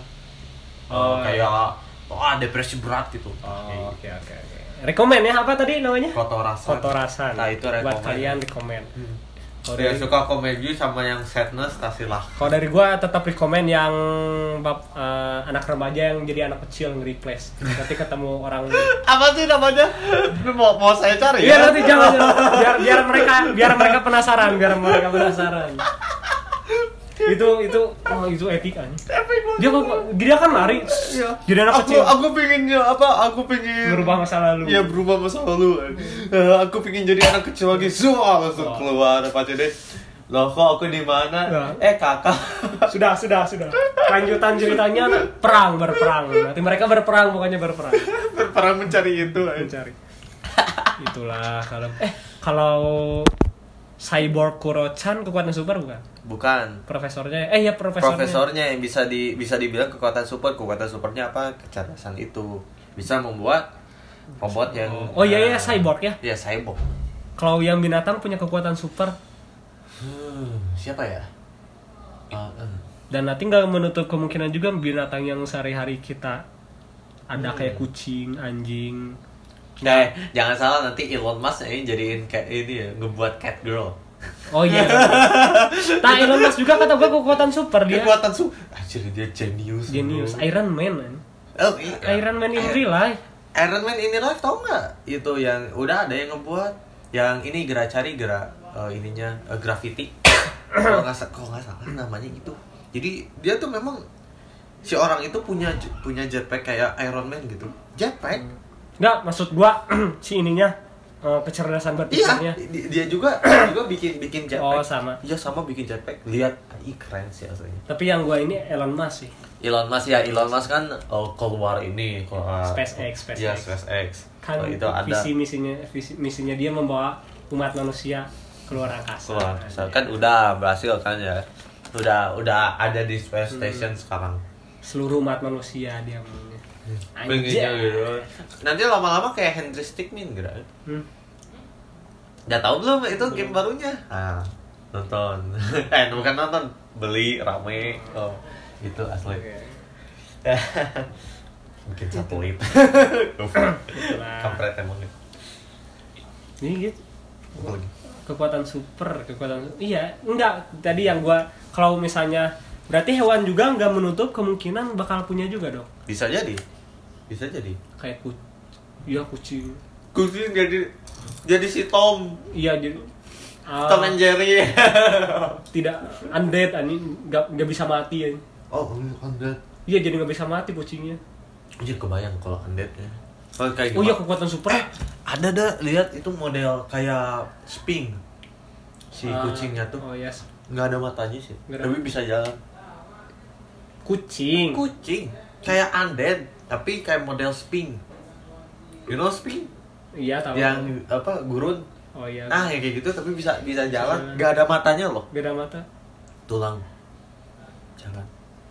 Kayak depresi berat gitu.
Oke. Rekomen ya, apa tadi namanya?
Kotorasan. Nah, itu rekomen.
Buat kalian rekomen.
Kalau dia suka komedi sama yang sadness, kasihlah.
Kalau dari gua tetap rekomen yang anak remaja yang jadi anak kecil nge-replace. Nanti ketemu orang.
Apa sih namanya? Mau saya cari
ya? Iya, nanti jangan. Biar mereka penasaran. Itu epic kan. Dia kan lari. Iya. Jadi anak kecil.
Aku pengen
berubah masa lalu.
Iya, berubah masa lalu. Aku pengen jadi anak kecil lagi. Langsung keluar apa aja deh. Loh, kok aku di mana? Kakak.
Sudah. Lanjutan ceritanya berperang. Nanti mereka berperang.
Berperang mencari itu.
Itulah kalau Cyborg Kuro-chan kekuatan super bukan?
Profesornya yang bisa dibilang kekuatan supernya apa? Kecerdasan itu bisa membuat robot yang
cyborg ya?
Iya, cyborg.
Kalau yang binatang punya kekuatan super
siapa ya?
Dan nanti nggak menutup kemungkinan juga binatang yang sehari-hari kita ada kayak kucing, anjing.
Jangan salah, nanti Elon Musk jadiin kayak ini ya, ngebuat cat girl.
Oh iya. Nah, Elon Musk juga kata gue kekuatan super dia.
Anjir, dia genius.
Iron Man. Iron Man in real life.
Iron Man in real life tau nggak? Itu yang udah ada yang ngebuat. Yang ini gerak graffiti. Kalau nggak salah namanya gitu. Jadi dia tuh memang si orang itu punya jetpack kayak Iron Man gitu. Jetpack.
Enggak, maksud gua si ininya kecerdasan berpikirnya.
Iya, dia juga bikin jetpack.
Oh, sama.
Iya, sama bikin jetpack. Lihat, keren sih aslinya.
Tapi yang gua ini Elon Musk sih.
Elon Musk kan keluar ini
SpaceX.
Iya, SpaceX.
Kan itu ada misinya dia membawa umat manusia keluar angkasa.
Kan udah berhasil kan ya. Udah ada di Space Station sekarang.
Seluruh umat manusia dia punya.
Pengennya gitu. Nanti lama-lama kayak Henry Stickmin gitu. Udah tahu belum itu game barunya? Nonton. Bukan nonton, beli rame. Oh, itu asli. Bikin satelit. Kampret emang.
Ini gitu. Kekuatan super. Iya, enggak. Tadi yang gua kalau misalnya berarti hewan juga nggak menutup kemungkinan bakal punya juga dong.
Bisa jadi.
Kayak Iya kucing.
Kucing jadi si Tom.
Iya jadi
Tom and Jerry.
Tidak undead ani nggak bisa mati ya.
Oh, undead.
Iya jadi nggak bisa mati kucingnya.
Jadi kebayang kalau undead ya. Oh, kayak
iya kekuatan super.
Ada dah, lihat itu model kayak Sphinx. Si kucingnya tuh.
Oh yes.
Nggak ada matanya sih. Tapi bisa jalan.
Kucing.
Kayak undead, tapi kayak model Sphinx. You know Sphinx?
Iya tahu.
Yang apa? Gurun.
Oh iya.
Nah, yang kayak gitu tapi bisa jalan. Nggak ada matanya loh.
Nggak ada mata.
Tulang. Jalan.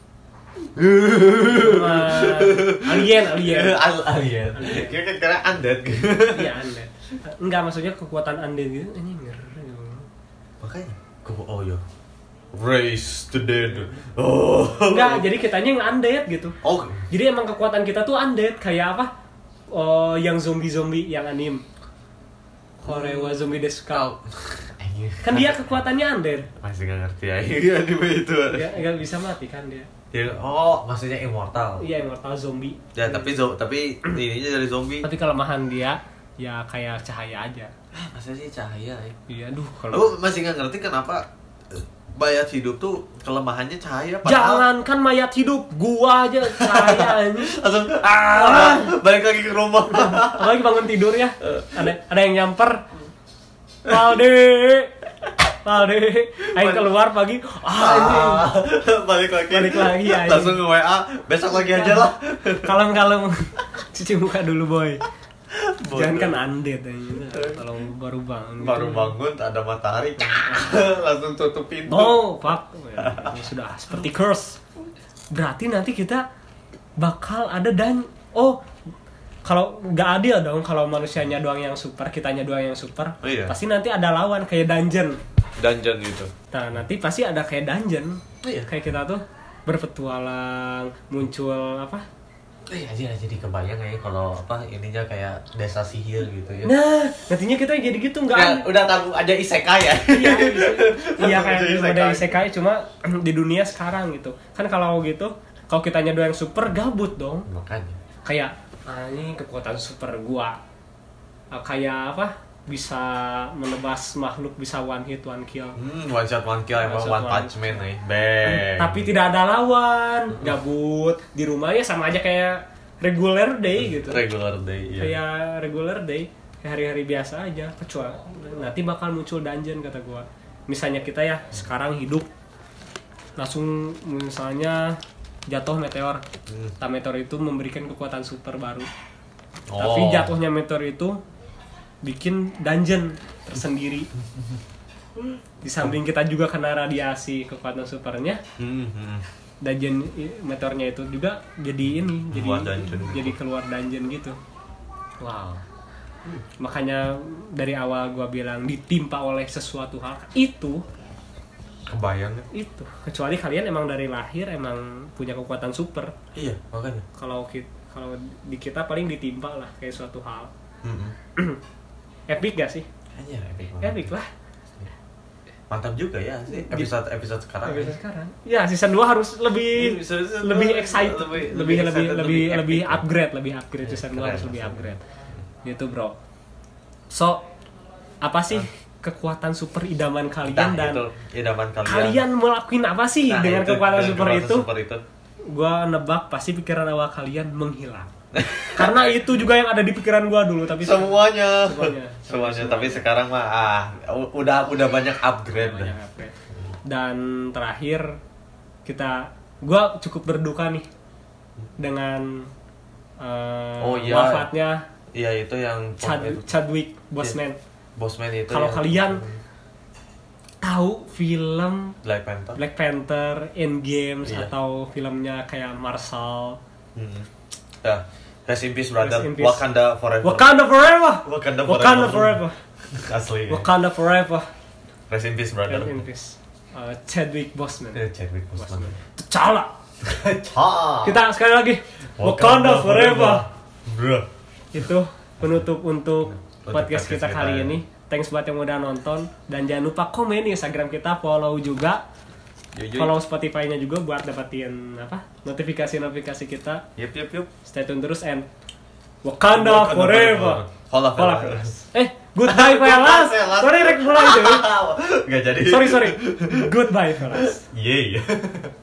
Alien.
Karena undead.
Iya undead. Enggak maksudnya kekuatan undead gitu. Ini ngeri.
Makanya. Oh iya. Raise the dead. Oh.
Enggak, jadi kitanya yang undead gitu.
Oh.
Jadi emang kekuatan kita tuh undead kayak apa? Oh, yang zombie yang anime. Horewa Zombie Desu. Kan dia kekuatannya undead.
Masih gak ngerti ya. Iya anime itu.
Enggak bisa mati kan dia.
Ya, oh, maksudnya immortal.
Iya, immortal zombie.
Ya, tapi ininya dari zombie.
Tapi kelemahan dia ya kayak cahaya aja.
Masa sih cahaya ya?
Iya, aduh kalau
Aku masih nggak ngerti kenapa mayat hidup tuh kelemahannya cahaya.
Jangan kan mayat hidup, gua aja cahaya ini.
Langsung balik lagi ke rumah.
Apalagi bangun tidur ya. Ada yang nyamper. Valde, aing keluar pagi. Ini
balik lagi
ya.
Langsung nge WA, besok lagi aja lah.
Kalem. Cuci muka dulu boy. Jangan kan undead aja. Kalau baru bangun
ada matahari. Langsung tutup pintu.
Oh, fuck. Ya, sudah seperti curse. Berarti nanti kita bakal ada kalau nggak adil dong kalau manusianya doang yang super, kitanya doang yang super.
Oh, iya.
Pasti nanti ada lawan kayak dungeon
Gitu.
Nah nanti pasti ada kayak dungeon.
Oh, iya.
Kayak kita tuh berpetualang, muncul apa?
Aja jadi kebayang ya kalau ininya kayak desa sihir gitu ya.
Nah nantinya kita jadi gitu nggak?
Udah tahu ada isekai ya.
Iya kayak ada isekai cuma di dunia sekarang gitu. Kan kalau gitu, kalau kitanya doang yang super gabut dong.
Makanya.
Kayak ini kekuatan super gua. Kayak apa? Bisa menebas makhluk, bisa one hit one kill.
One shot one kill emang one punch man nih. Bang.
Tapi tidak ada lawan, gabut di rumah ya sama aja kayak regular day gitu.
Regular day, iya.
Kayak regular day, kayak hari-hari biasa aja. Kecuali nanti bakal muncul dungeon kata gua. Misalnya kita ya sekarang hidup langsung misalnya jatuh meteor. Meteor itu memberikan kekuatan super baru. Tapi jatuhnya meteor itu bikin dungeon tersendiri. Di samping kita juga kena radiasi kekuatan supernya. Dungeon meteornya itu juga jadi jadi keluar dungeon gitu. Wow. Makanya dari awal gua bilang ditimpa oleh sesuatu hal itu.
Kebayang ya?
Itu. Kecuali kalian emang dari lahir emang punya kekuatan super.
Iya, makanya.
Kalau di kita paling ditimpa lah kayak suatu hal. Epic gak sih?
Anjir,
epic lah.
Mantap juga ya sih episode sekarang.
Ya, season 2 harus lebih excited, lebih upgrade season 2 harus lebih upgrade. Gitu, Bro. So, apa sih kekuatan super idaman kalian kalian melakukan apa sih dengan kekuatan super itu? Gua nebak pasti pikiran awal kalian menghilang. Karena itu juga yang ada di pikiran gua dulu, tapi
semuanya. Tapi sekarang mah udah banyak upgrade.
Dan terakhir gua cukup berduka nih dengan wafatnya.
Iya, itu yang
Chadwick Boseman.
Boseman itu.
Kalau kalian tahu film Black Panther Endgame atau filmnya kayak Marshall.
Ya, rest in peace brother. Wakanda forever. Asli.
Wakanda forever.
Rest in peace brother.
Rest in peace. Chadwick Boseman.
T'Challa.
Kita sekali lagi. Wakanda forever. Bro. Itu penutup untuk podcast kita kali ini. Thanks buat yang udah nonton dan jangan lupa komen di Instagram kita, follow juga. Follow Spotify-nya juga buat dapetin notifikasi kita.
Yup.
Stay tune terus and Wakanda forever.
Hola
Hola
Velas.
Velas. Goodbye Velas. Sorry rek mulai deh.
Gak jadi.
Sorry. Goodbye Velas.
Iya.